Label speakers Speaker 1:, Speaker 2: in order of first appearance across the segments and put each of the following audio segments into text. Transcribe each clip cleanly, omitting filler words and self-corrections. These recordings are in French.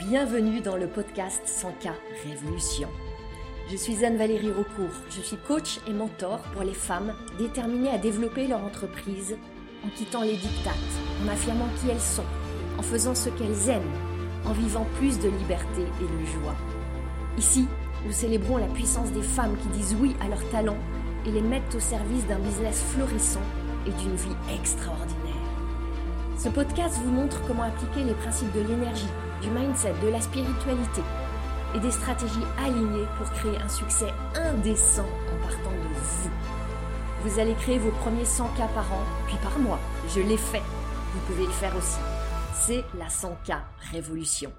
Speaker 1: Bienvenue dans le podcast 100K Révolution. Je suis Anne-Valérie Raucourt, je suis coach et mentor pour les femmes déterminées à développer leur entreprise en quittant les diktats, en affirmant qui elles sont, en faisant ce qu'elles aiment, en vivant plus de liberté et de joie. Ici, nous célébrons la puissance des femmes qui disent oui à leurs talents et les mettent au service d'un business florissant et d'une vie extraordinaire. Ce podcast vous montre comment appliquer les principes de l'énergie, du mindset, de la spiritualité et des stratégies alignées pour créer un succès indécent en partant de vous. Vous allez créer vos premiers 100K par an, puis par mois. Je l'ai fait. Vous pouvez le faire aussi. C'est la 100K Révolution.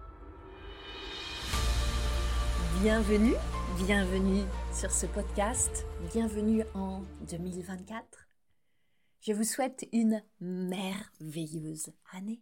Speaker 1: Bienvenue sur ce podcast. Bienvenue en 2024. Je vous souhaite une merveilleuse année.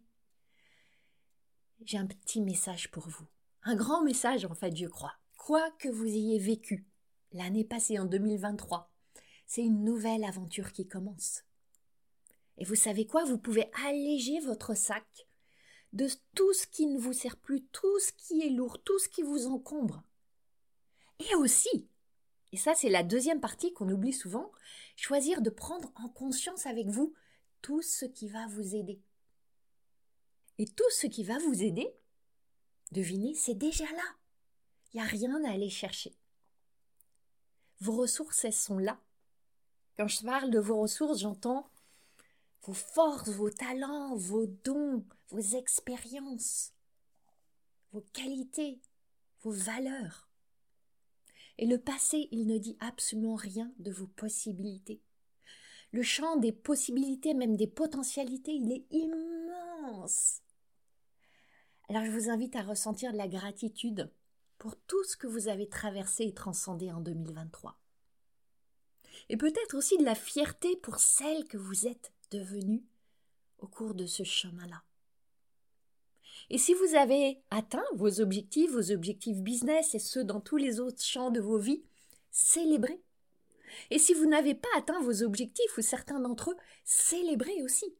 Speaker 1: J'ai un petit message pour vous. Un grand message en fait, je crois. Quoi que vous ayez vécu l'année passée en 2023, c'est une nouvelle aventure qui commence. Et vous savez quoi? Vous pouvez alléger votre sac de tout ce qui ne vous sert plus, tout ce qui est lourd, tout ce qui vous encombre. Et aussi, et ça c'est la deuxième partie qu'on oublie souvent, choisir de prendre en conscience avec vous tout ce qui va vous aider. Et tout ce qui va vous aider, devinez, c'est déjà là. Il n'y a rien à aller chercher. Vos ressources, elles sont là. Quand je parle de vos ressources, j'entends vos forces, vos talents, vos dons, vos expériences, vos qualités, vos valeurs. Et le passé, il ne dit absolument rien de vos possibilités. Le champ des possibilités, même des potentialités, il est immense. Alors je vous invite à ressentir de la gratitude pour tout ce que vous avez traversé et transcendé en 2023. Et peut-être aussi de la fierté pour celle que vous êtes devenue au cours de ce chemin-là. Et si vous avez atteint vos objectifs business et ceux dans tous les autres champs de vos vies, célébrez. Et si vous n'avez pas atteint vos objectifs ou certains d'entre eux, célébrez aussi.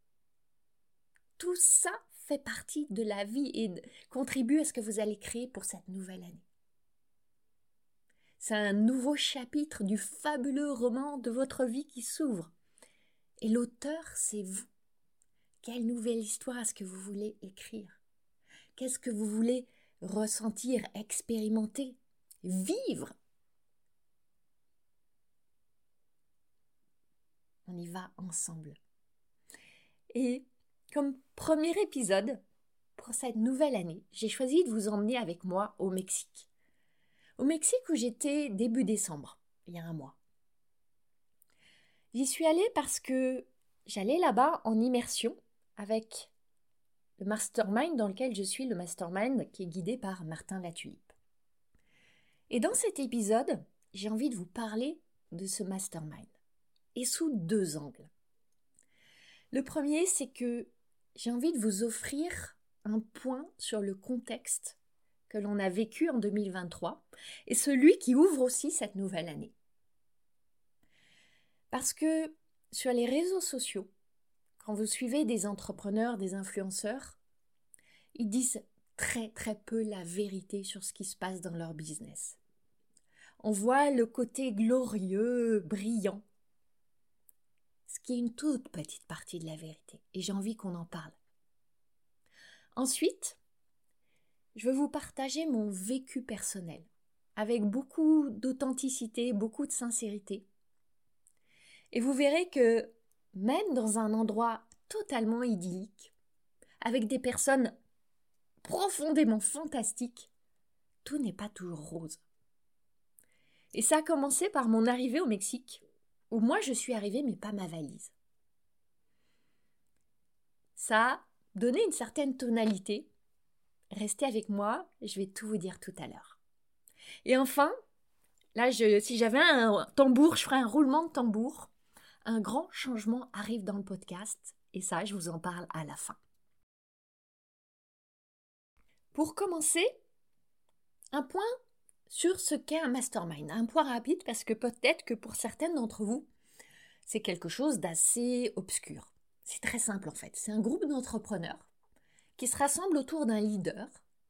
Speaker 1: Tout ça fait partie de la vie et contribue à ce que vous allez créer pour cette nouvelle année. C'est un nouveau chapitre du fabuleux roman de votre vie qui s'ouvre. Et l'auteur, c'est vous. Quelle nouvelle histoire est-ce que vous voulez écrire? Qu'est-ce que vous voulez ressentir, expérimenter, vivre? On y va ensemble. Et comme premier épisode, pour cette nouvelle année, j'ai choisi de vous emmener avec moi au Mexique. Au Mexique où j'étais début décembre, il y a un mois. J'y suis allée parce que j'allais là-bas en immersion avec le mastermind dans lequel je suis, le mastermind qui est guidé par Martin Latulippe. Et dans cet épisode, j'ai envie de vous parler de ce mastermind, et sous deux angles. Le premier, c'est que j'ai envie de vous offrir un point sur le contexte que l'on a vécu en 2023 et celui qui ouvre aussi cette nouvelle année. Parce que sur les réseaux sociaux, quand vous suivez des entrepreneurs, des influenceurs, ils disent très très peu la vérité sur ce qui se passe dans leur business. On voit le côté glorieux, brillant, ce qui est une toute petite partie de la vérité. Et j'ai envie qu'on en parle. Ensuite, je veux vous partager mon vécu personnel, avec beaucoup d'authenticité, beaucoup de sincérité. Et vous verrez que même dans un endroit totalement idyllique, avec des personnes profondément fantastiques, tout n'est pas toujours rose. Et ça a commencé par mon arrivée au Mexique, où moi je suis arrivée mais pas ma valise. Ça a donné une certaine tonalité. Restez avec moi, je vais tout vous dire tout à l'heure. Et enfin, là si j'avais un tambour, je ferais un roulement de tambour. Un grand changement arrive dans le podcast et ça, je vous en parle à la fin. Pour commencer, un point sur ce qu'est un mastermind. Un point rapide parce que peut-être que pour certaines d'entre vous, c'est quelque chose d'assez obscur. C'est très simple en fait. C'est un groupe d'entrepreneurs qui se rassemblent autour d'un leader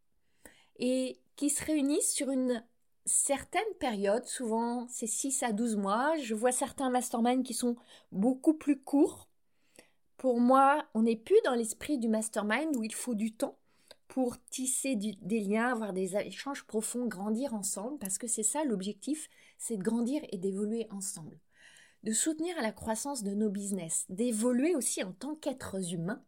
Speaker 1: et qui se réunissent sur une certaine période, souvent c'est 6 à 12 mois. Je vois certains masterminds qui sont beaucoup plus courts. Pour moi, on n'est plus dans l'esprit du mastermind où il faut du temps pour tisser des liens, avoir des échanges profonds, grandir ensemble, parce que c'est ça l'objectif, c'est de grandir et d'évoluer ensemble, de soutenir la croissance de nos business, d'évoluer aussi en tant qu'êtres humains,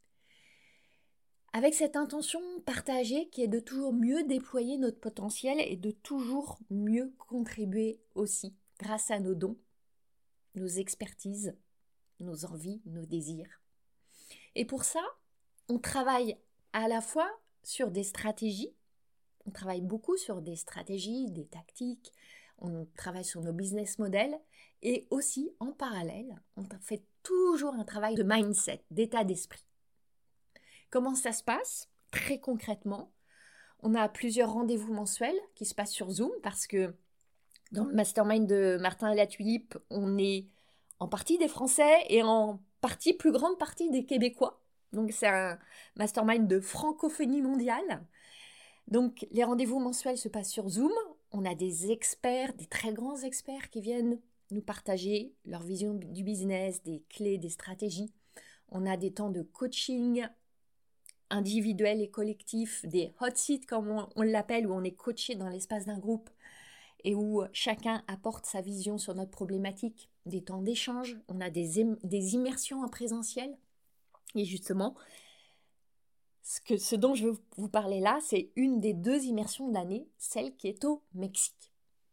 Speaker 1: avec cette intention partagée qui est de toujours mieux déployer notre potentiel et de toujours mieux contribuer aussi grâce à nos dons, nos expertises, nos envies, nos désirs. Et pour ça, on travaille à la fois sur des stratégies, on travaille beaucoup sur des stratégies, des tactiques, on travaille sur nos business models et aussi en parallèle, on fait toujours un travail de mindset, d'état d'esprit. Comment ça se passe? Très concrètement, on a plusieurs rendez-vous mensuels qui se passent sur Zoom parce que dans le mastermind de Martin et la Tulipe, on est en partie des Français et en partie, plus grande partie des Québécois. Donc c'est un mastermind de francophonie mondiale. Donc les rendez-vous mensuels se passent sur Zoom. On a des experts, des très grands experts qui viennent nous partager leur vision du business, des clés, des stratégies. On a des temps de coaching individuel et collectif, des hot seats comme on l'appelle, où on est coaché dans l'espace d'un groupe et où chacun apporte sa vision sur notre problématique, des temps d'échange, on a des immersions en présentiel. Et justement, ce dont je veux vous parler là, c'est une des 2 immersions de l'année, celle qui est au Mexique.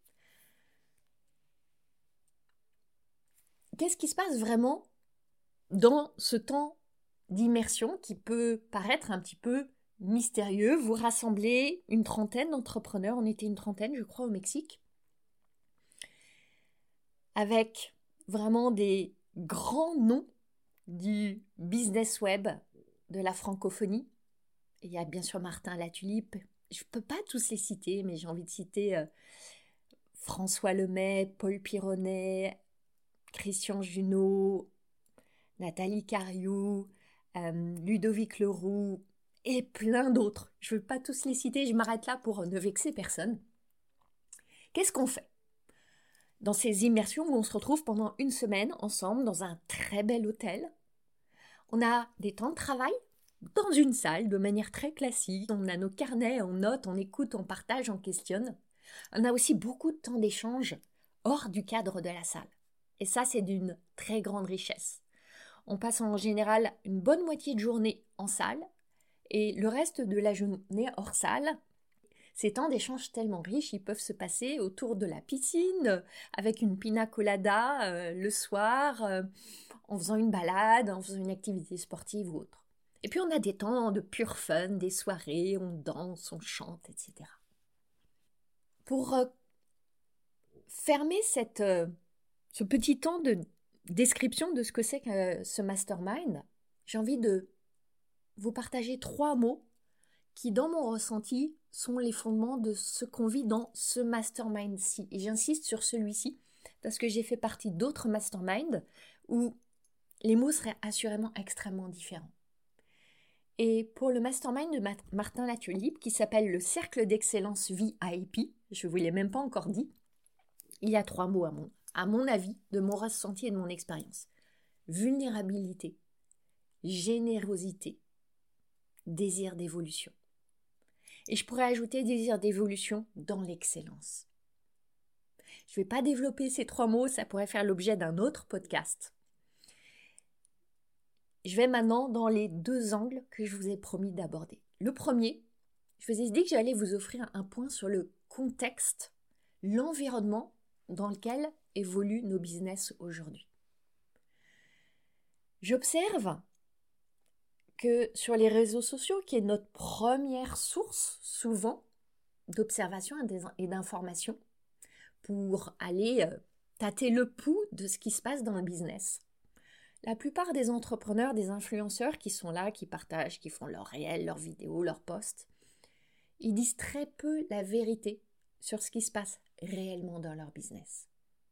Speaker 1: Qu'est-ce qui se passe vraiment dans ce temps d'immersion qui peut paraître un petit peu mystérieux? Vous rassemblez une trentaine d'entrepreneurs, on était une trentaine je crois au Mexique, avec vraiment des grands noms du business web, de la francophonie. Il y a bien sûr Martin la Tulipe, je ne peux pas tous les citer, mais j'ai envie de citer François Lemay, Paul Pironnet, Christian Junot, Nathalie Cariou, Ludovic Leroux et plein d'autres. Je ne veux pas tous les citer, je m'arrête là pour ne vexer personne. Qu'est-ce qu'on fait dans ces immersions où on se retrouve pendant une semaine ensemble dans un très bel hôtel? On a des temps de travail dans une salle de manière très classique. On a nos carnets, on note, on écoute, on partage, on questionne. On a aussi beaucoup de temps d'échange hors du cadre de la salle. Et ça, c'est d'une très grande richesse. On passe en général une bonne moitié de journée en salle et le reste de la journée hors salle. Ces temps d'échange tellement riches, ils peuvent se passer autour de la piscine, avec une pina colada le soir, en faisant une balade, en faisant une activité sportive ou autre. Et puis on a des temps de pur fun, des soirées, on danse, on chante, etc. Pour fermer ce petit temps de description de ce que c'est que ce mastermind, j'ai envie de vous partager 3 mots qui, dans mon ressenti, sont les fondements de ce qu'on vit dans ce mastermind-ci. Et j'insiste sur celui-ci parce que j'ai fait partie d'autres masterminds où les mots seraient assurément extrêmement différents. Et pour le mastermind de Martin la Tulipe, qui s'appelle le Cercle d'Excellence VIP, je ne vous l'ai même pas encore dit, il y a 3 mots à mon avis, de mon ressenti et de mon expérience. Vulnérabilité, générosité, désir d'évolution. Et je pourrais ajouter désir d'évolution dans l'excellence. Je ne vais pas développer ces 3 mots, ça pourrait faire l'objet d'un autre podcast. Je vais maintenant dans les 2 angles que je vous ai promis d'aborder. Le premier, je vous ai dit que j'allais vous offrir un point sur le contexte, l'environnement dans lequel évoluent nos business aujourd'hui. J'observe que sur les réseaux sociaux, qui est notre première source, souvent, d'observation et d'information, pour aller tâter le pouls de ce qui se passe dans le business. La plupart des entrepreneurs, des influenceurs qui sont là, qui partagent, qui font leurs réels, leurs vidéos, leurs posts, ils disent très peu la vérité sur ce qui se passe réellement dans leur business.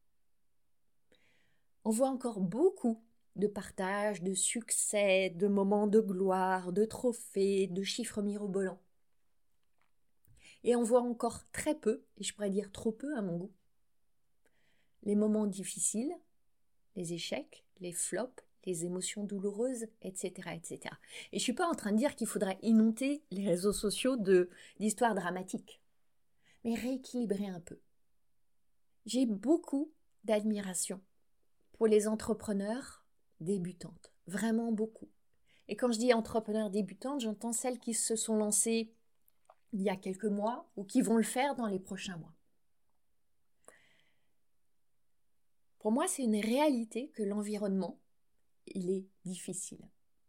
Speaker 1: On voit encore beaucoup de partages, de succès, de moments de gloire, de trophées, de chiffres mirobolants. Et on voit encore très peu, et je pourrais dire trop peu à mon goût, les moments difficiles, les échecs, les flops, les émotions douloureuses, etc., etc. Et je ne suis pas en train de dire qu'il faudrait inonder les réseaux sociaux d'histoires dramatiques, mais rééquilibrer un peu. J'ai beaucoup d'admiration pour les entrepreneurs débutantes, vraiment beaucoup. Et quand je dis entrepreneurs débutantes, j'entends celles qui se sont lancées il y a quelques mois ou qui vont le faire dans les prochains mois. Pour moi, c'est une réalité que l'environnement, il est difficile.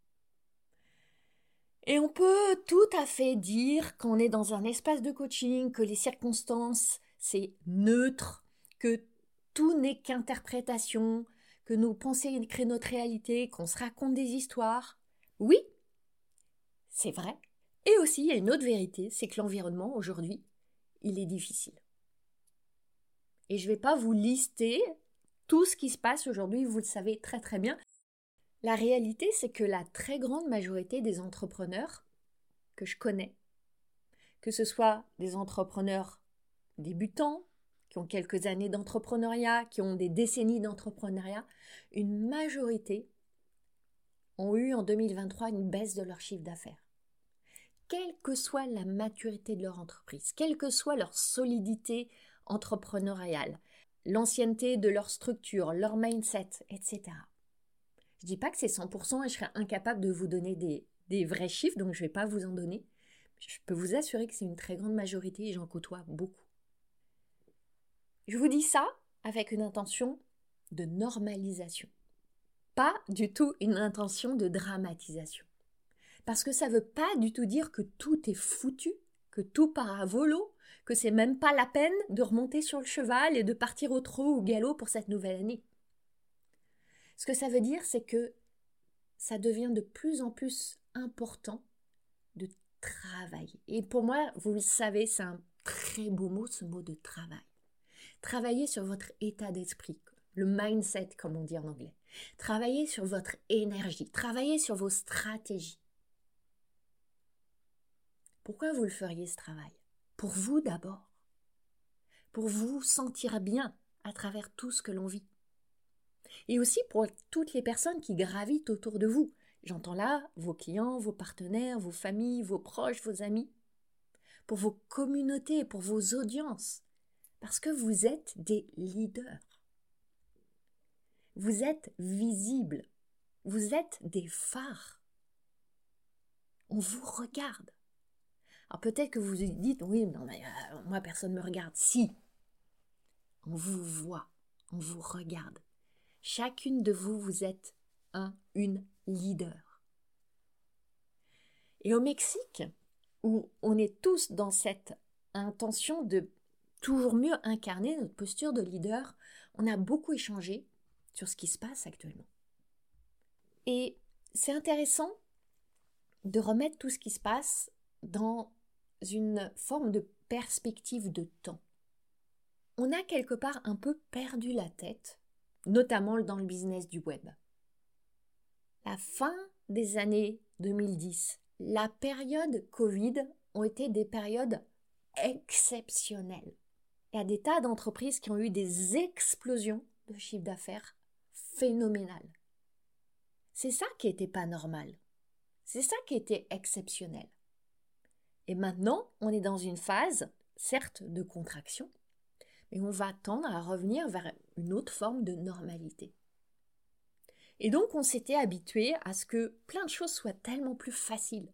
Speaker 1: Et on peut tout à fait dire qu'on est dans un espace de coaching, que les circonstances, c'est neutre, que tout n'est qu'interprétation, que nos pensées créent notre réalité, qu'on se raconte des histoires. Oui, c'est vrai. Et aussi, il y a une autre vérité, c'est que l'environnement, aujourd'hui, il est difficile. Et je ne vais pas vous lister tout ce qui se passe aujourd'hui, vous le savez très très bien. La réalité, c'est que la très grande majorité des entrepreneurs que je connais, que ce soit des entrepreneurs débutants, qui ont quelques années d'entrepreneuriat, qui ont des décennies d'entrepreneuriat, une majorité ont eu en 2023 une baisse de leur chiffre d'affaires. Quelle que soit la maturité de leur entreprise, quelle que soit leur solidité entrepreneuriale, l'ancienneté de leur structure, leur mindset, etc. Je ne dis pas que c'est 100% et je serais incapable de vous donner des vrais chiffres, donc je ne vais pas vous en donner. Je peux vous assurer que c'est une très grande majorité et j'en côtoie beaucoup. Je vous dis ça avec une intention de normalisation, pas du tout une intention de dramatisation. Parce que ça ne veut pas du tout dire que tout est foutu, que tout part à volo, que c'est même pas la peine de remonter sur le cheval et de partir au trot ou au galop pour cette nouvelle année. Ce que ça veut dire, c'est que ça devient de plus en plus important de travailler. Et pour moi, vous le savez, c'est un très beau mot, ce mot de travail. Travaillez sur votre état d'esprit, le mindset, comme on dit en anglais. Travaillez sur votre énergie, travaillez sur vos stratégies. Pourquoi vous le feriez ce travail? Pour vous d'abord. Pour vous sentir bien à travers tout ce que l'on vit. Et aussi pour toutes les personnes qui gravitent autour de vous. J'entends là vos clients, vos partenaires, vos familles, vos proches, vos amis. Pour vos communautés, pour vos audiences. Parce que vous êtes des leaders. Vous êtes visibles. Vous êtes des phares. On vous regarde. Alors peut-être que vous vous dites, oui, non, mais moi personne ne me regarde. Si, on vous voit, on vous regarde. Chacune de vous, vous êtes une leader. Et au Mexique, où on est tous dans cette intention de toujours mieux incarner notre posture de leader, on a beaucoup échangé sur ce qui se passe actuellement. Et c'est intéressant de remettre tout ce qui se passe dans une forme de perspective de temps. On a quelque part un peu perdu la tête, notamment dans le business du web. La fin des années 2010, la période Covid ont été des périodes exceptionnelles. Il y a des tas d'entreprises qui ont eu des explosions de chiffre d'affaires phénoménales. C'est ça qui n'était pas normal. C'est ça qui était exceptionnel. Et maintenant, on est dans une phase, certes, de contraction, mais on va tendre à revenir vers une autre forme de normalité. Et donc, on s'était habitué à ce que plein de choses soient tellement plus faciles.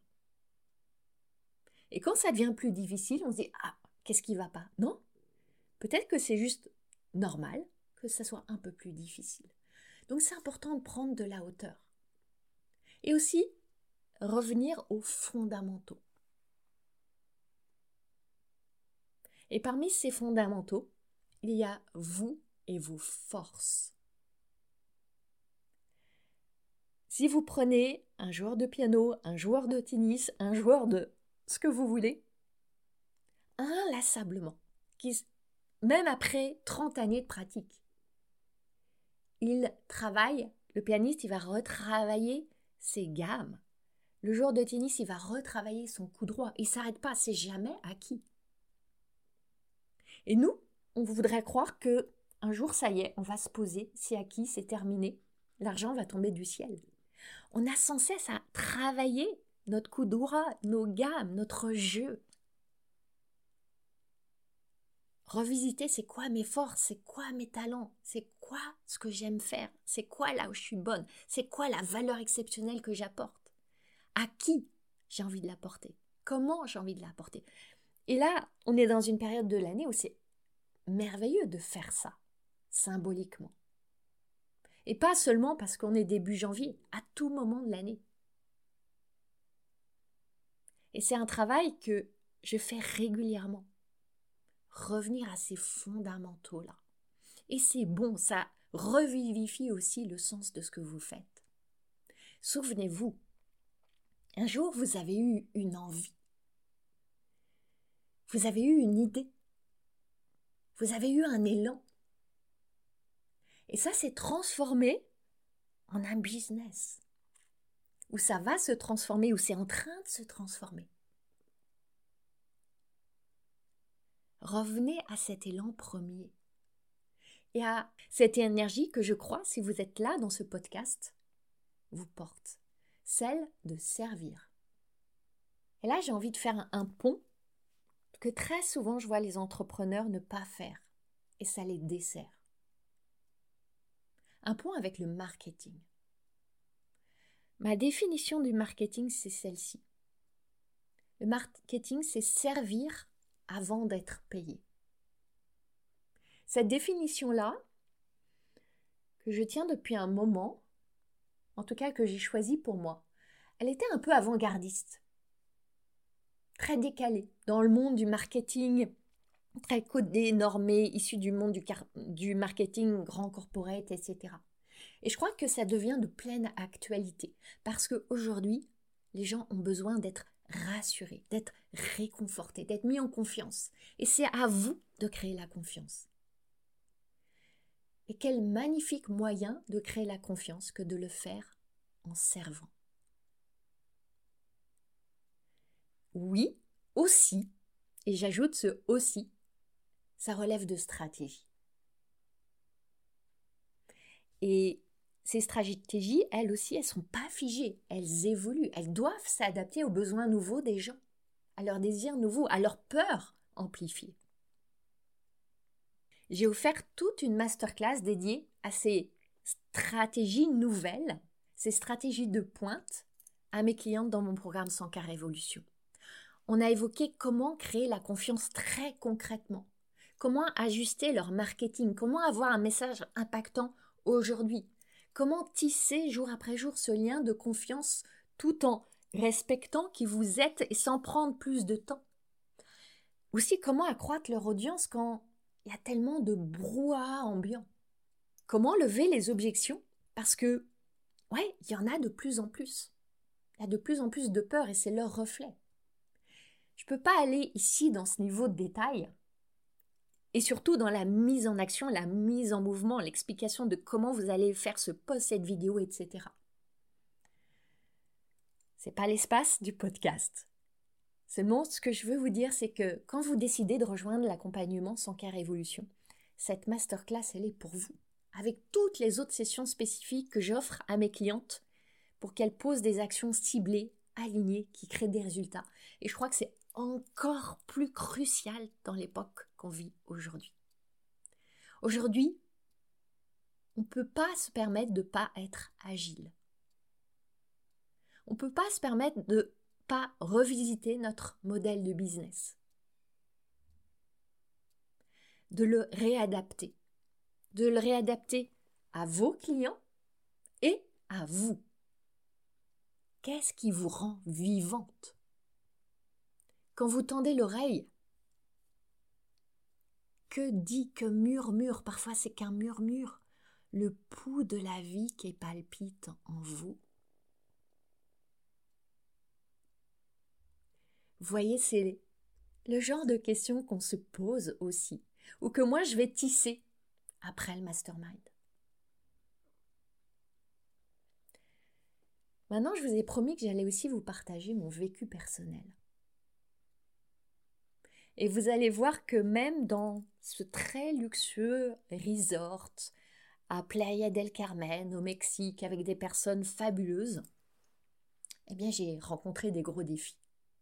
Speaker 1: Et quand ça devient plus difficile, on se dit « Ah, qu'est-ce qui ne va pas ?» Non, peut-être que c'est juste normal que ça soit un peu plus difficile. Donc, c'est important de prendre de la hauteur. Et aussi, revenir aux fondamentaux. Et parmi ces fondamentaux, il y a vous et vos forces. Si vous prenez un joueur de piano, un joueur de tennis, un joueur de ce que vous voulez, inlassablement, même après 30 années de pratique, il travaille, le pianiste, il va retravailler ses gammes. Le joueur de tennis, il va retravailler son coup droit. Il ne s'arrête pas, c'est jamais acquis. Et nous, on voudrait croire que un jour, ça y est, on va se poser, c'est acquis, c'est terminé, l'argent va tomber du ciel. On a sans cesse à travailler notre kudura, nos gammes, notre jeu. Revisiter, c'est quoi mes forces, c'est quoi mes talents, c'est quoi ce que j'aime faire, c'est quoi là où je suis bonne, c'est quoi la valeur exceptionnelle que j'apporte, à qui j'ai envie de l'apporter, comment j'ai envie de l'apporter. Et là, on est dans une période de l'année où c'est merveilleux de faire ça, symboliquement. Et pas seulement parce qu'on est début janvier, à tout moment de l'année. Et c'est un travail que je fais régulièrement. Revenir à ces fondamentaux-là. Et c'est bon, ça revivifie aussi le sens de ce que vous faites. Souvenez-vous, un jour vous avez eu une envie. Vous avez eu une idée. Vous avez eu un élan. Et ça s'est transformé en un business. Où ça va se transformer, où c'est en train de se transformer. Revenez à cet élan premier. Et à cette énergie que je crois, si vous êtes là dans ce podcast, vous porte. Celle de servir. Et là, j'ai envie de faire un pont que très souvent je vois les entrepreneurs ne pas faire. Et ça les dessert. Un pont avec le marketing. Ma définition du marketing, c'est celle-ci. Le marketing, c'est servir avant d'être payé. Cette définition-là, que je tiens depuis un moment, en tout cas que j'ai choisie pour moi, elle était un peu avant-gardiste, très décalée dans le monde du marketing, très codé, normé, issu du monde du marketing grand corporate, etc. Et je crois que ça devient de pleine actualité, parce qu'aujourd'hui, les gens ont besoin d'être rassurés, d'être réconfortés, d'être mis en confiance. Et c'est à vous de créer la confiance. Et quel magnifique moyen de créer la confiance que de le faire en servant. Oui, aussi, et j'ajoute ce aussi, ça relève de stratégie. Et ces stratégies, elles aussi, elles ne sont pas figées, elles évoluent, elles doivent s'adapter aux besoins nouveaux des gens, à leurs désirs nouveaux, à leurs peurs amplifiées. J'ai offert toute une masterclass dédiée à ces stratégies nouvelles, ces stratégies de pointe à mes clientes dans mon programme 100K Révolution. On a évoqué comment créer la confiance très concrètement, comment ajuster leur marketing, comment avoir un message impactant aujourd'hui, comment tisser jour après jour ce lien de confiance tout en respectant qui vous êtes et sans prendre plus de temps. Aussi, comment accroître leur audience quand il y a tellement de brouhaha ambiant. Comment lever les objections? Parce que, ouais, il y en a de plus en plus. Il y a de plus en plus de peur et c'est leur reflet. Je ne peux pas aller ici dans ce niveau de détail et surtout dans la mise en action, la mise en mouvement, l'explication de comment vous allez faire ce post, cette vidéo, etc. Ce n'est pas l'espace du podcast. Seulement, ce que je veux vous dire, c'est que quand vous décidez de rejoindre l'accompagnement 100K Révolution, cette masterclass, elle est pour vous, avec toutes les autres sessions spécifiques que j'offre à mes clientes pour qu'elles posent des actions ciblées, alignées, qui créent des résultats. Et je crois que c'est encore plus crucial dans l'époque qu'on vit aujourd'hui. Aujourd'hui, on ne peut pas se permettre de ne pas être agile. On ne peut pas se permettre de ne pas revisiter notre modèle de business. De le réadapter. De le réadapter à vos clients et à vous. Qu'est-ce qui vous rend vivante? Quand vous tendez l'oreille, que dit, que murmure, parfois c'est qu'un murmure, le pouls de la vie qui palpite en vous? Vous voyez, c'est le genre de questions qu'on se pose aussi, ou que moi je vais tisser après le mastermind. Maintenant, je vous ai promis que j'allais aussi vous partager mon vécu personnel. Et vous allez voir que même dans ce très luxueux resort à Playa del Carmen, au Mexique, avec des personnes fabuleuses, eh bien, j'ai rencontré des gros défis.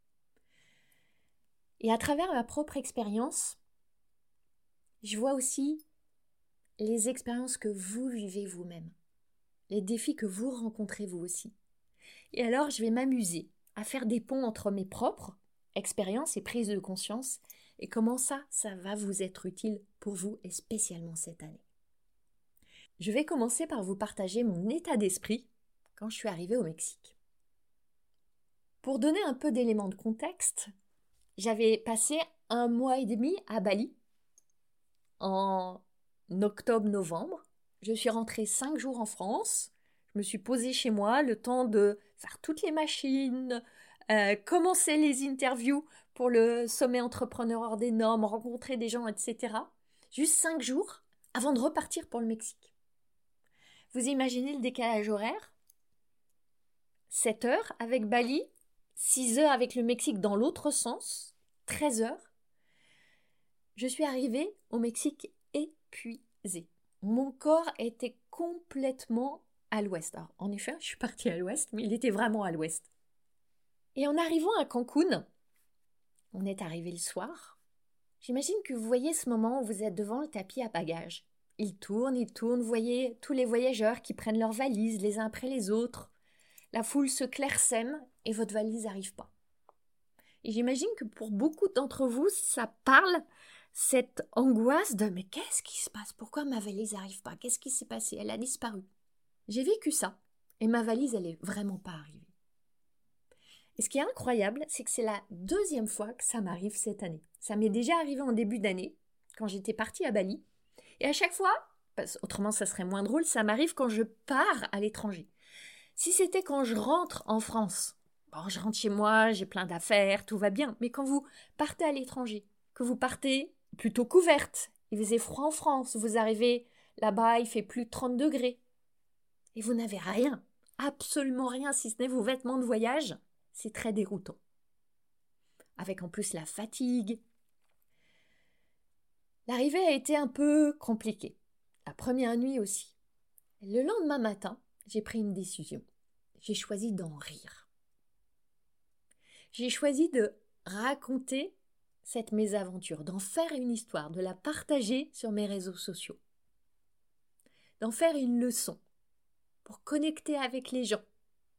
Speaker 1: Et à travers ma propre expérience, je vois aussi les expériences que vous vivez vous-même, les défis que vous rencontrez vous aussi. Et alors, je vais m'amuser à faire des ponts entre mes propres expériences et prises de conscience et comment ça va vous être utile pour vous et spécialement cette année. Je vais commencer par vous partager mon état d'esprit quand je suis arrivée au Mexique. Pour donner un peu d'éléments de contexte, j'avais passé 1 mois et demi à Bali en octobre-novembre. Je suis rentrée 5 jours en France. Je me suis posée chez moi le temps de faire toutes les machines, commencer les interviews pour le sommet entrepreneur hors des normes, rencontrer des gens, etc. Juste 5 jours avant de repartir pour le Mexique. Vous imaginez le décalage horaire ? 7 heures avec Bali, 6 heures avec le Mexique dans l'autre sens, 13 heures. Je suis arrivée au Mexique épuisée. Mon corps était complètement à l'ouest. Alors, en effet, je suis partie à l'ouest, mais il était vraiment à l'ouest. Et en arrivant à Cancun, on est arrivé le soir. J'imagine que vous voyez ce moment où vous êtes devant le tapis à bagages. Il tourne, vous voyez tous les voyageurs qui prennent leurs valises les uns après les autres. La foule se clairsème et votre valise n'arrive pas. Et j'imagine que pour beaucoup d'entre vous, ça parle cette angoisse de « mais qu'est-ce qui se passe ? Pourquoi ma valise n'arrive pas ? Qu'est-ce qui s'est passé ? Elle a disparu. » J'ai vécu ça et ma valise, elle n'est vraiment pas arrivée. Et ce qui est incroyable, c'est que c'est la 2e fois que ça m'arrive cette année. Ça m'est déjà arrivé en début d'année, quand j'étais partie à Bali. Et à chaque fois, autrement ça serait moins drôle, ça m'arrive quand je pars à l'étranger. Si c'était quand je rentre en France, bon, je rentre chez moi, j'ai plein d'affaires, tout va bien. Mais quand vous partez à l'étranger, que vous partez plutôt couverte, il faisait froid en France, vous arrivez là-bas, il fait plus de 30 degrés, et vous n'avez rien, absolument rien, si ce n'est vos vêtements de voyage, c'est très déroutant. Avec en plus la fatigue. L'arrivée a été un peu compliquée. La première nuit aussi. Le lendemain matin, j'ai pris une décision. J'ai choisi d'en rire. J'ai choisi de raconter cette mésaventure, d'en faire une histoire, de la partager sur mes réseaux sociaux, d'en faire une leçon pour connecter avec les gens.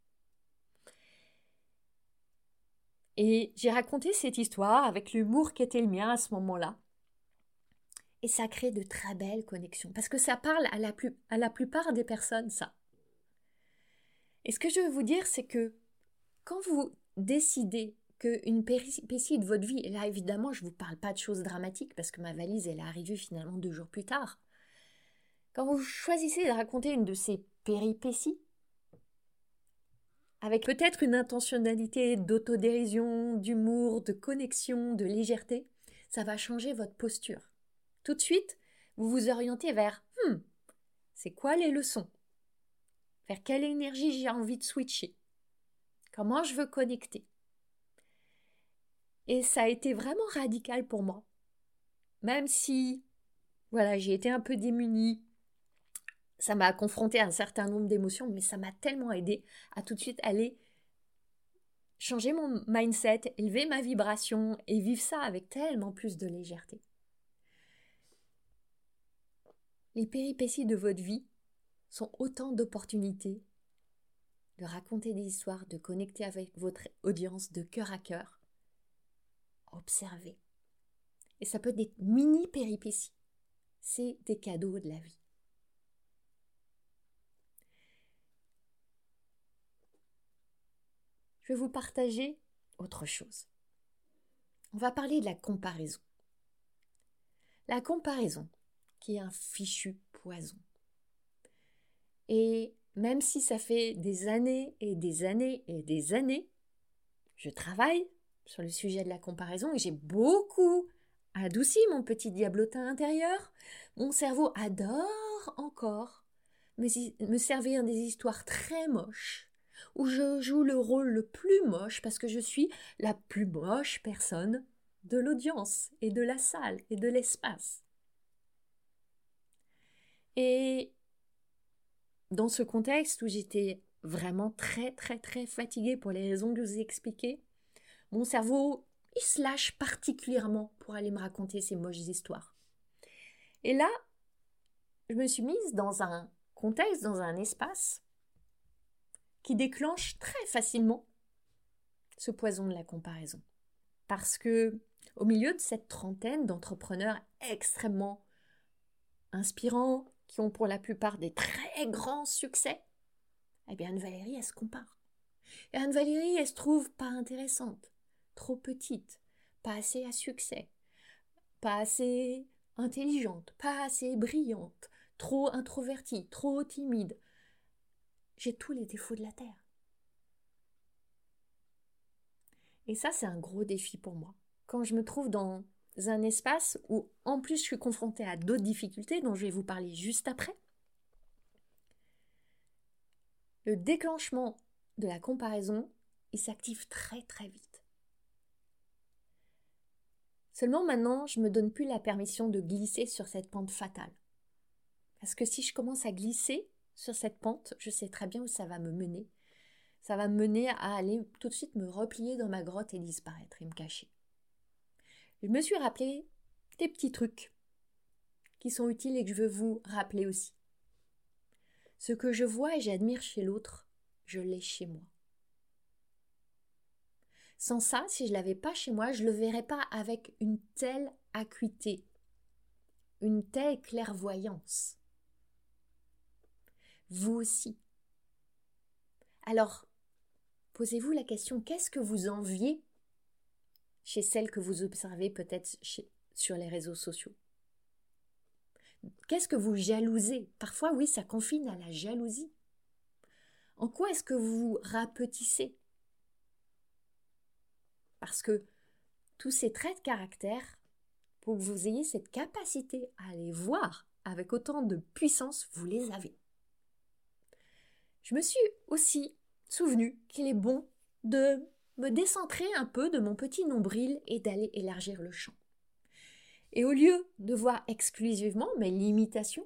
Speaker 1: Et j'ai raconté cette histoire avec l'humour qui était le mien à ce moment-là. Et ça crée de très belles connexions, parce que ça parle à la plupart des personnes, ça. Et ce que je veux vous dire, c'est que quand vous décidez qu'une péripétie de votre vie, et là évidemment je ne vous parle pas de choses dramatiques, parce que ma valise elle est arrivée finalement 2 jours plus tard, quand vous choisissez de raconter une de ces péripéties, avec peut-être une intentionnalité d'autodérision, d'humour, de connexion, de légèreté, ça va changer votre posture. Tout de suite, vous vous orientez vers c'est quoi les leçons ? Vers quelle énergie j'ai envie de switcher ? Comment je veux connecter ? Et ça a été vraiment radical pour moi. Même si, voilà, j'ai été un peu démunie, ça m'a confrontée à un certain nombre d'émotions, mais ça m'a tellement aidée à tout de suite aller changer mon mindset, élever ma vibration et vivre ça avec tellement plus de légèreté. Les péripéties de votre vie sont autant d'opportunités de raconter des histoires, de connecter avec votre audience de cœur à cœur. Observez. Et ça peut être des mini-péripéties. C'est des cadeaux de la vie. Je vais vous partager autre chose. On va parler de la comparaison. La comparaison, qui est un fichu poison. Et même si ça fait des années et des années et des années, je travaille sur le sujet de la comparaison et j'ai beaucoup adouci mon petit diablotin intérieur. Mon cerveau adore encore me servir des histoires très moches où je joue le rôle le plus moche parce que je suis la plus moche personne de l'audience et de la salle et de l'espace. Et dans ce contexte où j'étais vraiment très très très fatiguée pour les raisons que je vous ai expliquées, mon cerveau, il se lâche particulièrement pour aller me raconter ces moches histoires. Et là, je me suis mise dans un contexte, dans un espace qui déclenche très facilement ce poison de la comparaison. Parce que, au milieu de cette trentaine d'entrepreneurs extrêmement inspirants, qui ont pour la plupart des très grands succès, eh bien Anne-Valérie, elle se compare. Et Anne-Valérie, elle se trouve pas intéressante, trop petite, pas assez à succès, pas assez intelligente, pas assez brillante, trop introvertie, trop timide. J'ai tous les défauts de la terre. Et ça, c'est un gros défi pour moi. Quand je me trouve dans un espace où, en plus, je suis confrontée à d'autres difficultés dont je vais vous parler juste après, le déclenchement de la comparaison, il s'active très très vite. Seulement maintenant, je ne me donne plus la permission de glisser sur cette pente fatale. Parce que si je commence à glisser sur cette pente, je sais très bien où ça va me mener. Ça va me mener à aller tout de suite me replier dans ma grotte et disparaître et me cacher. Je me suis rappelé des petits trucs qui sont utiles et que je veux vous rappeler aussi. Ce que je vois et j'admire chez l'autre, je l'ai chez moi. Sans ça, si je ne l'avais pas chez moi, je ne le verrais pas avec une telle acuité, une telle clairvoyance. Vous aussi. Alors, posez-vous la question, qu'est-ce que vous enviez chez celles que vous observez peut-être sur les réseaux sociaux? Qu'est-ce que vous jalousez? Parfois, oui, ça confine à la jalousie. En quoi est-ce que vous rapetissez? Parce que tous ces traits de caractère, pour que vous ayez cette capacité à les voir avec autant de puissance, vous les avez. Je me suis aussi souvenu qu'il est bon de me décentrer un peu de mon petit nombril et d'aller élargir le champ. Et au lieu de voir exclusivement mes limitations,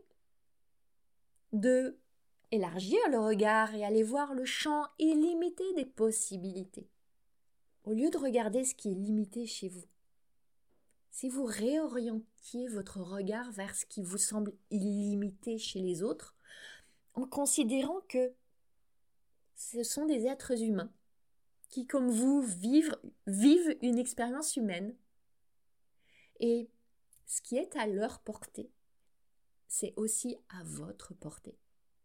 Speaker 1: de élargir le regard et aller voir le champ illimité des possibilités. Au lieu de regarder ce qui est limité chez vous, si vous réorientiez votre regard vers ce qui vous semble illimité chez les autres, en considérant que ce sont des êtres humains qui, comme vous, vivent une expérience humaine. Et ce qui est à leur portée, c'est aussi à votre portée.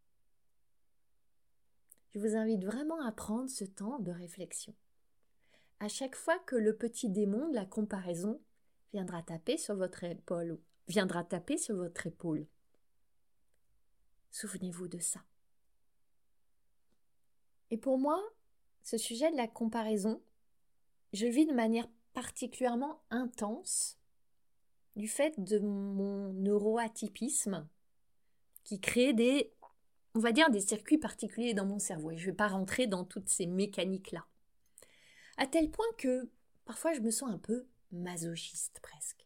Speaker 1: Je vous invite vraiment à prendre ce temps de réflexion. À chaque fois que le petit démon de la comparaison viendra taper sur votre épaule, souvenez-vous de ça. Et pour moi, ce sujet de la comparaison, je le vis de manière particulièrement intense du fait de mon neuroatypisme qui crée des circuits particuliers dans mon cerveau. Et je ne vais pas rentrer dans toutes ces mécaniques-là. À tel point que parfois je me sens un peu masochiste presque.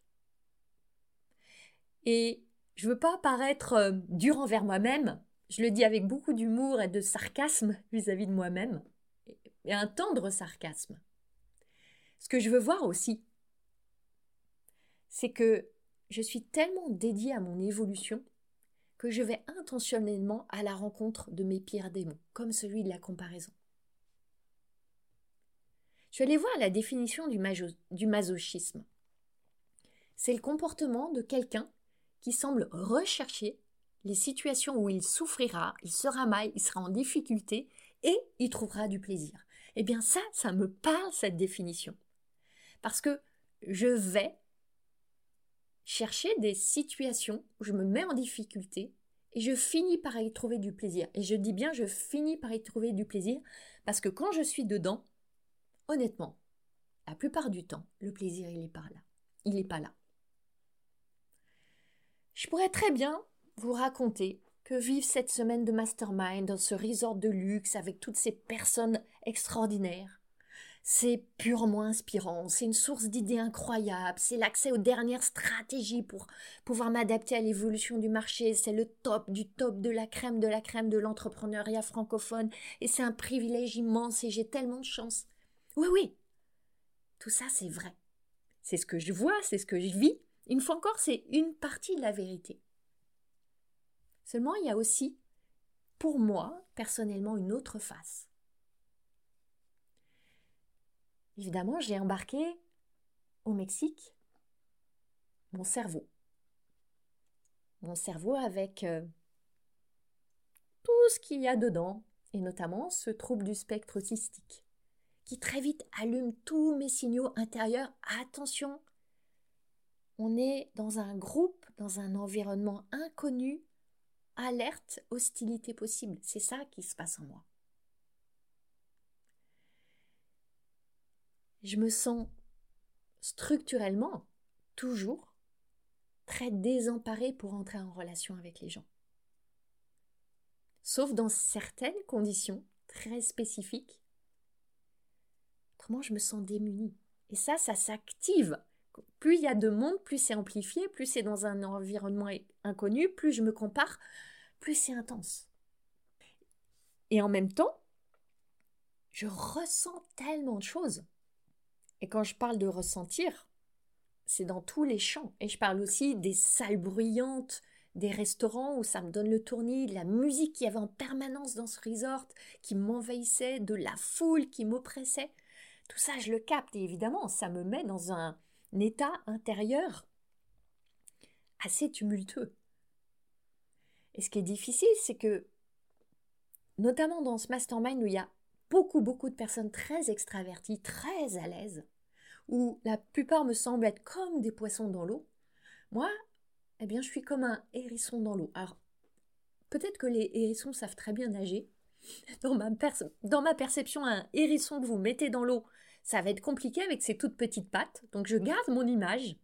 Speaker 1: Et je ne veux pas paraître dure envers moi-même, je le dis avec beaucoup d'humour et de sarcasme vis-à-vis de moi-même, et un tendre sarcasme. Ce que je veux voir aussi, c'est que je suis tellement dédiée à mon évolution que je vais intentionnellement à la rencontre de mes pires démons, comme celui de la comparaison. Je vais aller voir la définition du masochisme. C'est le comportement de quelqu'un qui semble rechercher les situations où il souffrira, il sera mal, il sera en difficulté et il trouvera du plaisir. Eh bien ça me parle cette définition. Parce que je vais chercher des situations où je me mets en difficulté et je finis par y trouver du plaisir. Et je dis bien je finis par y trouver du plaisir parce que quand je suis dedans, honnêtement, la plupart du temps, le plaisir il n'est pas là. Je pourrais très bien vous raconter que vivre cette semaine de mastermind dans ce resort de luxe avec toutes ces personnes extraordinaires, C'est purement inspirant, c'est une source d'idées incroyables, c'est l'accès aux dernières stratégies pour pouvoir m'adapter à l'évolution du marché, c'est le top du top de la crème de l'entrepreneuriat francophone, et c'est un privilège immense et j'ai tellement de chance. Oui, oui, tout ça c'est vrai. C'est ce que je vois, c'est ce que je vis. Une fois encore, c'est une partie de la vérité. Seulement, il y a aussi, pour moi, personnellement, une autre face. Évidemment, j'ai embarqué au Mexique mon cerveau. Mon cerveau avec tout ce qu'il y a dedans, et notamment ce trouble du spectre autistique, qui très vite allume tous mes signaux intérieurs. Attention, on est dans un groupe, dans un environnement inconnu, alerte, hostilité possible. C'est ça qui se passe en moi. Je me sens structurellement, toujours, très désemparée pour entrer en relation avec les gens. Sauf dans certaines conditions très spécifiques. Autrement, je me sens démunie. Et ça s'active. Plus il y a de monde, plus c'est amplifié, plus c'est dans un environnement inconnu, plus je me compare, plus c'est intense. Et en même temps, je ressens tellement de choses. Et quand je parle de ressentir, c'est dans tous les champs. Et je parle aussi des salles bruyantes, des restaurants où ça me donne le tournis, de la musique qu'il y avait en permanence dans ce resort, qui m'envahissait, de la foule qui m'oppressait. Tout ça, je le capte et évidemment, ça me met dans un état intérieur assez tumultueux. Et ce qui est difficile, c'est que, notamment dans ce mastermind où il y a beaucoup de personnes très extraverties, très à l'aise, où la plupart me semblent être comme des poissons dans l'eau, moi, eh bien, je suis comme un hérisson dans l'eau. Alors, peut-être que les hérissons savent très bien nager. Dans ma perception, un hérisson que vous mettez dans l'eau, ça va être compliqué avec ses toutes petites pattes. Donc, je garde mon image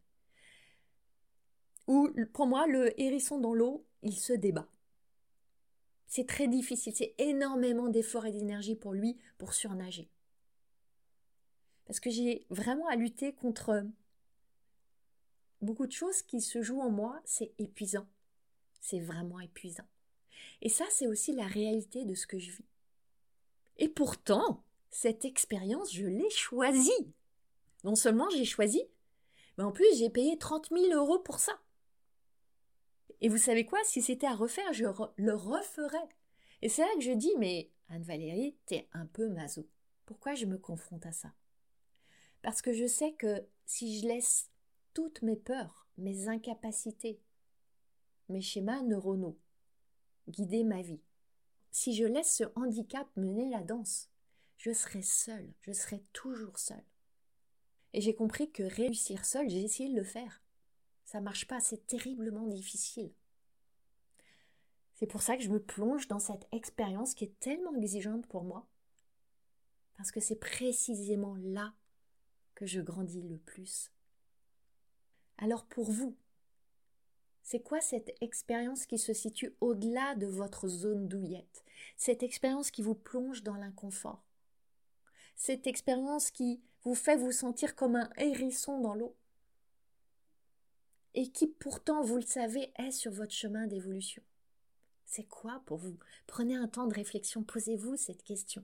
Speaker 1: où, pour moi, le hérisson dans l'eau, il se débat. C'est très difficile, c'est énormément d'efforts et d'énergie pour lui pour surnager. Parce que j'ai vraiment à lutter contre beaucoup de choses qui se jouent en moi, c'est épuisant. C'est vraiment épuisant. Et ça, c'est aussi la réalité de ce que je vis. Et pourtant, cette expérience, je l'ai choisie. Non seulement j'ai choisi, mais en plus j'ai payé 30 000 € pour ça. Et vous savez quoi? Si c'était à refaire, je le referais. Et c'est là que je dis, mais Anne-Valérie, t'es un peu maso. Pourquoi je me confronte à ça? Parce que je sais que si je laisse toutes mes peurs, mes incapacités, mes schémas neuronaux guider ma vie, si je laisse ce handicap mener la danse, je serai seule, je serai toujours seule. Et j'ai compris que réussir seule, j'ai essayé de le faire. Ça marche pas, c'est terriblement difficile. C'est pour ça que je me plonge dans cette expérience qui est tellement exigeante pour moi, parce que c'est précisément là que je grandis le plus. Alors pour vous, c'est quoi cette expérience qui se situe au-delà de votre zone douillette? Cette expérience qui vous plonge dans l'inconfort? Cette expérience qui vous fait vous sentir comme un hérisson dans l'eau? Et qui pourtant, vous le savez, est sur votre chemin d'évolution. C'est quoi pour vous? Prenez un temps de réflexion, posez-vous cette question.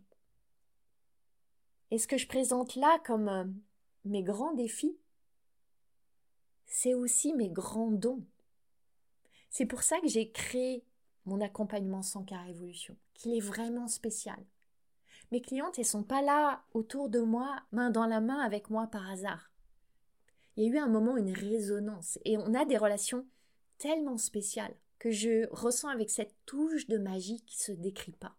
Speaker 1: Et ce que je présente là comme mes grands défis, c'est aussi mes grands dons. C'est pour ça que j'ai créé mon accompagnement 100K Révolution, qu'il est vraiment spécial. Mes clientes, elles ne sont pas là autour de moi, main dans la main avec moi par hasard. Il y a eu un moment, une résonance, et on a des relations tellement spéciales que je ressens avec cette touche de magie qui ne se décrit pas.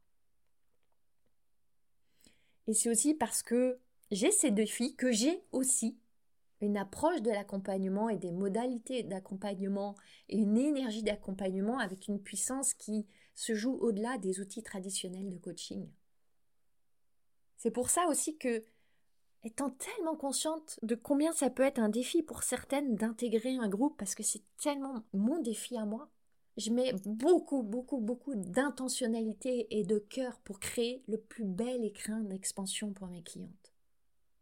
Speaker 1: Et c'est aussi parce que j'ai ces défis que j'ai aussi une approche de l'accompagnement et des modalités d'accompagnement et une énergie d'accompagnement avec une puissance qui se joue au-delà des outils traditionnels de coaching. C'est pour ça aussi que, étant tellement consciente de combien ça peut être un défi pour certaines d'intégrer un groupe, parce que c'est tellement mon défi à moi, je mets beaucoup d'intentionnalité et de cœur pour créer le plus bel écrin d'expansion pour mes clientes.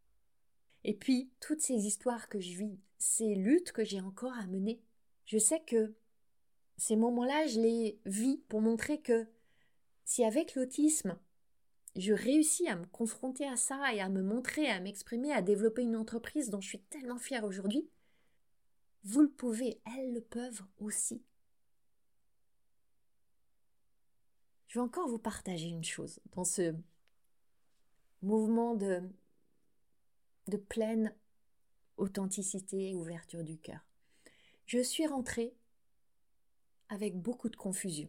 Speaker 1: Et puis, toutes ces histoires que je vis, ces luttes que j'ai encore à mener, je sais que ces moments-là, je les vis pour montrer que si avec l'autisme, je réussis à me confronter à ça et à me montrer, à m'exprimer, à développer une entreprise dont je suis tellement fière aujourd'hui, vous le pouvez, elles le peuvent aussi. Je vais encore vous partager une chose dans ce mouvement de pleine authenticité et ouverture du cœur. Je suis rentrée avec beaucoup de confusion.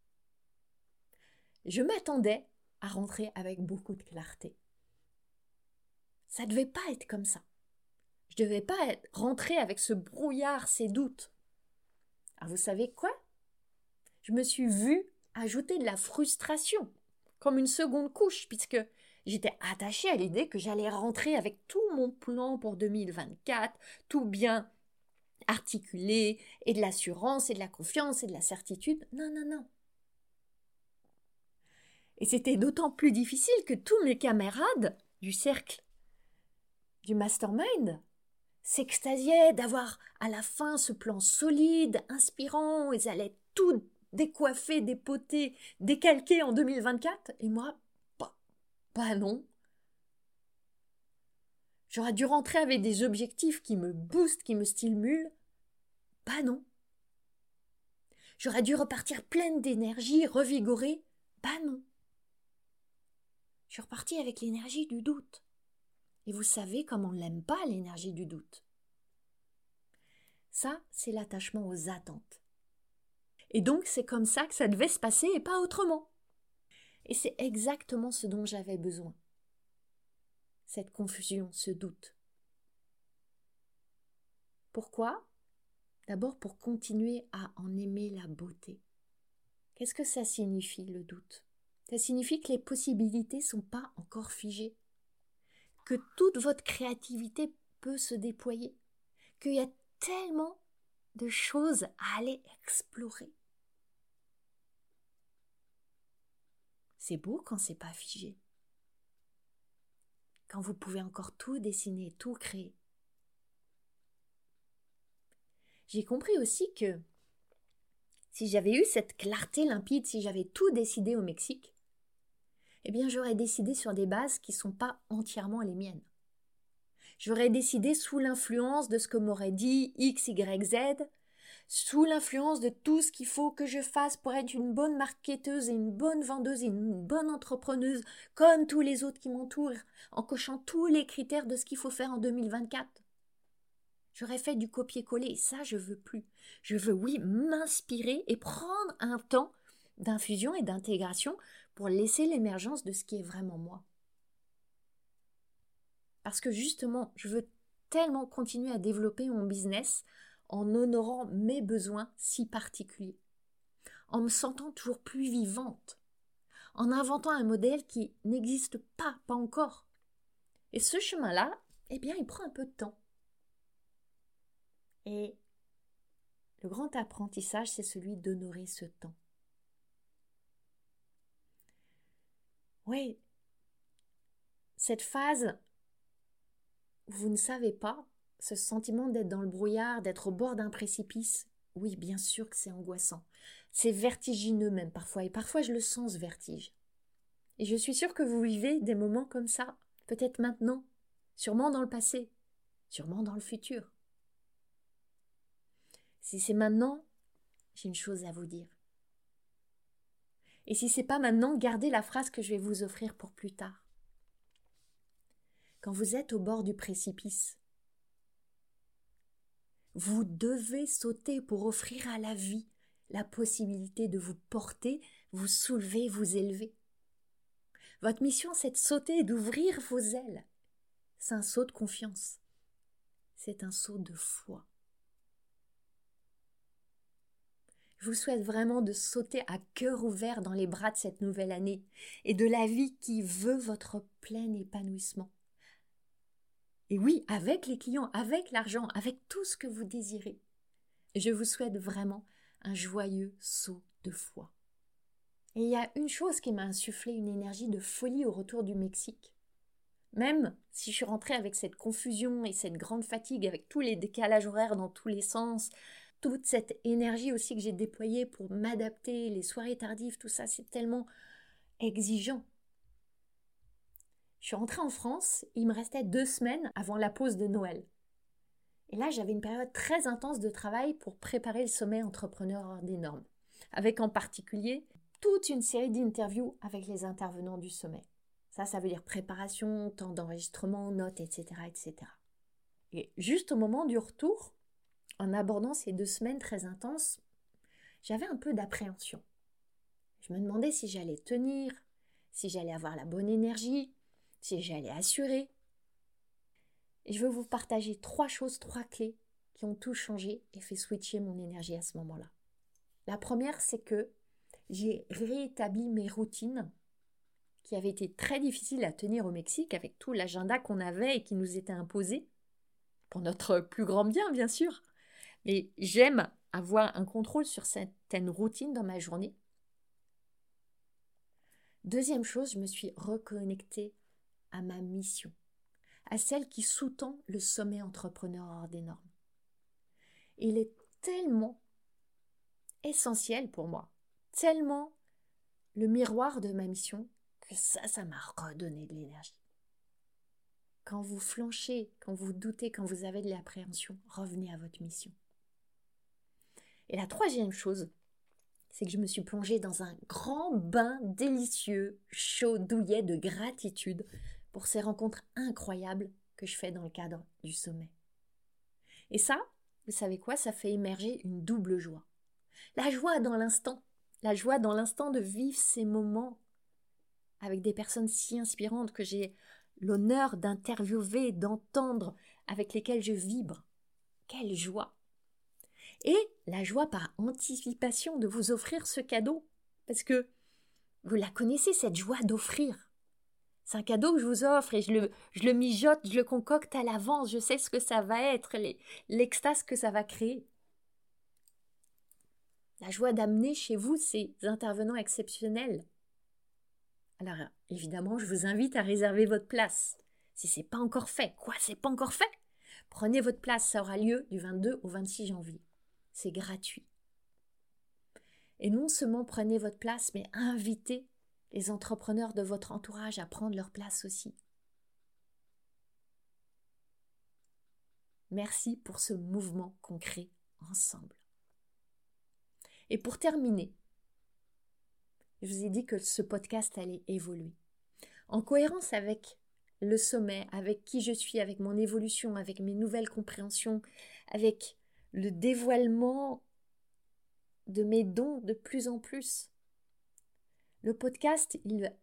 Speaker 1: Je m'attendais à rentrer avec beaucoup de clarté. Ça ne devait pas être comme ça. Je ne devais pas rentrer avec ce brouillard, ces doutes. Alors vous savez quoi ? Je me suis vue ajouter de la frustration, comme une seconde couche, puisque j'étais attachée à l'idée que j'allais rentrer avec tout mon plan pour 2024, tout bien articulé, et de l'assurance, et de la confiance, et de la certitude. Non, non, non. Et c'était d'autant plus difficile que tous mes camarades du cercle du mastermind s'extasiaient d'avoir à la fin ce plan solide, inspirant, ils allaient tout décoiffer, dépoter, décalquer en 2024, et moi, pas non. J'aurais dû rentrer avec des objectifs qui me boostent, qui me stimulent, pas non. J'aurais dû repartir pleine d'énergie, revigorée, pas non. Je suis repartie avec l'énergie du doute. Et vous savez comme on ne l'aime pas, l'énergie du doute. Ça, c'est l'attachement aux attentes. Et donc, c'est comme ça que ça devait se passer et pas autrement. Et c'est exactement ce dont j'avais besoin. Cette confusion, ce doute. Pourquoi ? D'abord pour continuer à en aimer la beauté. Qu'est-ce que ça signifie, le doute ? Ça signifie que les possibilités ne sont pas encore figées. Que toute votre créativité peut se déployer. Qu'il y a tellement de choses à aller explorer. C'est beau quand c'est pas figé. Quand vous pouvez encore tout dessiner, tout créer. J'ai compris aussi que si j'avais eu cette clarté limpide, si j'avais tout décidé au Mexique, eh bien j'aurais décidé sur des bases qui ne sont pas entièrement les miennes. J'aurais décidé sous l'influence de ce que m'aurait dit X, Y, Z, sous l'influence de tout ce qu'il faut que je fasse pour être une bonne marketeuse et une bonne vendeuse et une bonne entrepreneuse, comme tous les autres qui m'entourent, en cochant tous les critères de ce qu'il faut faire en 2024. J'aurais fait du copier-coller et ça, je veux plus. Je veux, oui, m'inspirer et prendre un temps d'infusion et d'intégration pour laisser l'émergence de ce qui est vraiment moi. Parce que justement, je veux tellement continuer à développer mon business en honorant mes besoins si particuliers, en me sentant toujours plus vivante, en inventant un modèle qui n'existe pas encore. Et ce chemin-là, eh bien, il prend un peu de temps. Et le grand apprentissage, c'est celui d'honorer ce temps. Oui, cette phase où vous ne savez pas, ce sentiment d'être dans le brouillard, d'être au bord d'un précipice, oui, bien sûr que c'est angoissant. C'est vertigineux même parfois, et parfois je le sens ce vertige. Et je suis sûre que vous vivez des moments comme ça, peut-être maintenant, sûrement dans le passé, sûrement dans le futur. Si c'est maintenant, j'ai une chose à vous dire. Et si c'est pas maintenant, gardez la phrase que je vais vous offrir pour plus tard. Quand vous êtes au bord du précipice, vous devez sauter pour offrir à la vie la possibilité de vous porter, vous soulever, vous élever. Votre mission, c'est de sauter et d'ouvrir vos ailes. C'est un saut de confiance. C'est un saut de foi. Je vous souhaite vraiment de sauter à cœur ouvert dans les bras de cette nouvelle année et de la vie qui veut votre plein épanouissement. Et oui, avec les clients, avec l'argent, avec tout ce que vous désirez. Je vous souhaite vraiment un joyeux saut de foi. Et il y a une chose qui m'a insufflé une énergie de folie au retour du Mexique. Même si je suis rentrée avec cette confusion et cette grande fatigue, avec tous les décalages horaires dans tous les sens, toute cette énergie aussi que j'ai déployée pour m'adapter, les soirées tardives, tout ça, c'est tellement exigeant. Je suis rentrée en France, il me restait 2 semaines avant la pause de Noël. Et là, j'avais une période très intense de travail pour préparer le sommet entrepreneur hors des normes, avec en particulier toute une série d'interviews avec les intervenants du sommet. Ça veut dire préparation, temps d'enregistrement, notes, etc., etc. Et juste au moment du retour, en abordant ces 2 semaines très intenses, j'avais un peu d'appréhension. Je me demandais si j'allais tenir, si j'allais avoir la bonne énergie, si j'allais assurer. Et je veux vous partager 3 choses, 3 clés qui ont tout changé et fait switcher mon énergie à ce moment-là. La première, c'est que j'ai réétabli mes routines qui avaient été très difficiles à tenir au Mexique avec tout l'agenda qu'on avait et qui nous était imposé, pour notre plus grand bien, bien sûr. Mais j'aime avoir un contrôle sur certaines routines dans ma journée. Deuxième chose, je me suis reconnectée à ma mission, à celle qui sous-tend le sommet entrepreneur hors des normes. Il est tellement essentiel pour moi, tellement le miroir de ma mission, que ça m'a redonné de l'énergie. Quand vous flanchez, quand vous doutez, quand vous avez de l'appréhension, revenez à votre mission. Et la troisième chose, c'est que je me suis plongée dans un grand bain délicieux, chaud, douillet de gratitude pour ces rencontres incroyables que je fais dans le cadre du sommet. Et ça, vous savez quoi, ça fait émerger une double joie. La joie dans l'instant de vivre ces moments avec des personnes si inspirantes que j'ai l'honneur d'interviewer, d'entendre, avec lesquelles je vibre. Quelle joie! Et la joie par anticipation de vous offrir ce cadeau, parce que vous la connaissez, cette joie d'offrir. C'est un cadeau que je vous offre et je le mijote, je le concocte à l'avance, je sais ce que ça va être, l'extase que ça va créer. La joie d'amener chez vous ces intervenants exceptionnels. Alors, évidemment, je vous invite à réserver votre place. Si ce n'est pas encore fait, c'est pas encore fait? Prenez votre place, ça aura lieu du 22 au 26 janvier. C'est gratuit. Et non seulement prenez votre place, mais invitez les entrepreneurs de votre entourage à prendre leur place aussi. Merci pour ce mouvement qu'on crée ensemble. Et pour terminer, je vous ai dit que ce podcast allait évoluer. En cohérence avec le sommet, avec qui je suis, avec mon évolution, avec mes nouvelles compréhensions, avec le dévoilement de mes dons de plus en plus. Le podcast,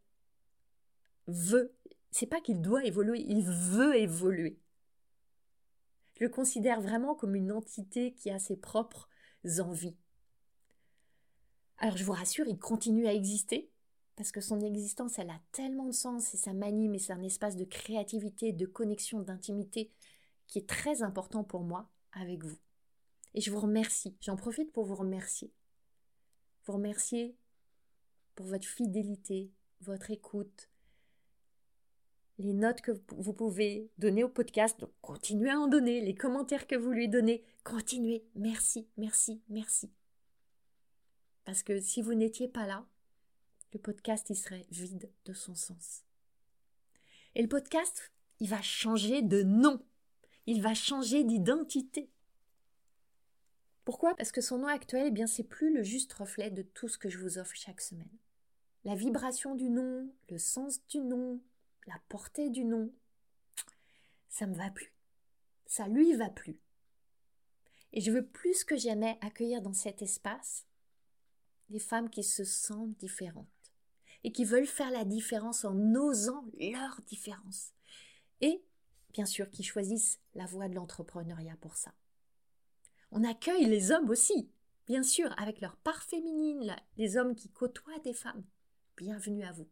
Speaker 1: c'est pas qu'il doit évoluer, il veut évoluer. Je le considère vraiment comme une entité qui a ses propres envies. Alors je vous rassure, il continue à exister, parce que son existence, elle a tellement de sens et ça m'anime et c'est un espace de créativité, de connexion, d'intimité qui est très important pour moi avec vous. Et je vous remercie, j'en profite pour vous remercier. Vous remercier pour votre fidélité, votre écoute, les notes que vous pouvez donner au podcast, donc continuez à en donner, les commentaires que vous lui donnez, continuez, merci, merci, merci. Parce que si vous n'étiez pas là, le podcast, il serait vide de son sens. Et le podcast, il va changer de nom, il va changer d'identité. Pourquoi ? Parce que son nom actuel, eh bien, c'est plus le juste reflet de tout ce que je vous offre chaque semaine. La vibration du nom, le sens du nom, la portée du nom, ça me va plus. Ça lui va plus. Et je veux plus que jamais accueillir dans cet espace des femmes qui se sentent différentes et qui veulent faire la différence en osant leur différence. Et, bien sûr, qui choisissent la voie de l'entrepreneuriat pour ça. On accueille les hommes aussi, bien sûr, avec leur part féminine, les hommes qui côtoient des femmes. Bienvenue à vous.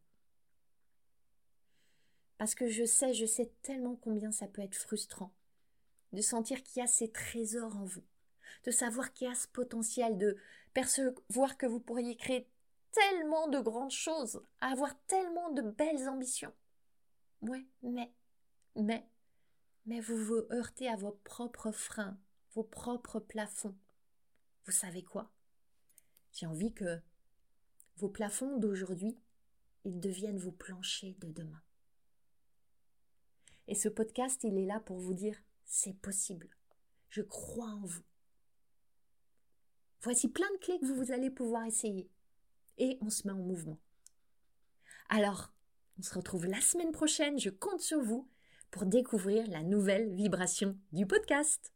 Speaker 1: Parce que je sais tellement combien ça peut être frustrant de sentir qu'il y a ces trésors en vous, de savoir qu'il y a ce potentiel, de percevoir que vous pourriez créer tellement de grandes choses, avoir tellement de belles ambitions. Ouais, mais mais vous vous heurtez à vos propres freins, vos propres plafonds. Vous savez quoi? J'ai envie que vos plafonds d'aujourd'hui, ils deviennent vos planchers de demain. Et ce podcast, il est là pour vous dire, c'est possible. Je crois en vous. Voici plein de clés que vous allez pouvoir essayer. Et on se met en mouvement. Alors, on se retrouve la semaine prochaine. Je compte sur vous pour découvrir la nouvelle vibration du podcast.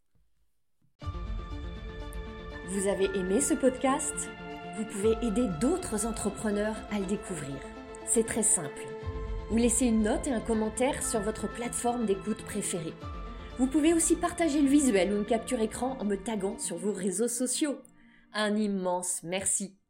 Speaker 1: Vous avez aimé ce podcast? Vous pouvez aider d'autres entrepreneurs à le découvrir. C'est très simple. Vous laissez une note et un commentaire sur votre plateforme d'écoute préférée. Vous pouvez aussi partager le visuel ou une capture écran en me taguant sur vos réseaux sociaux. Un immense merci.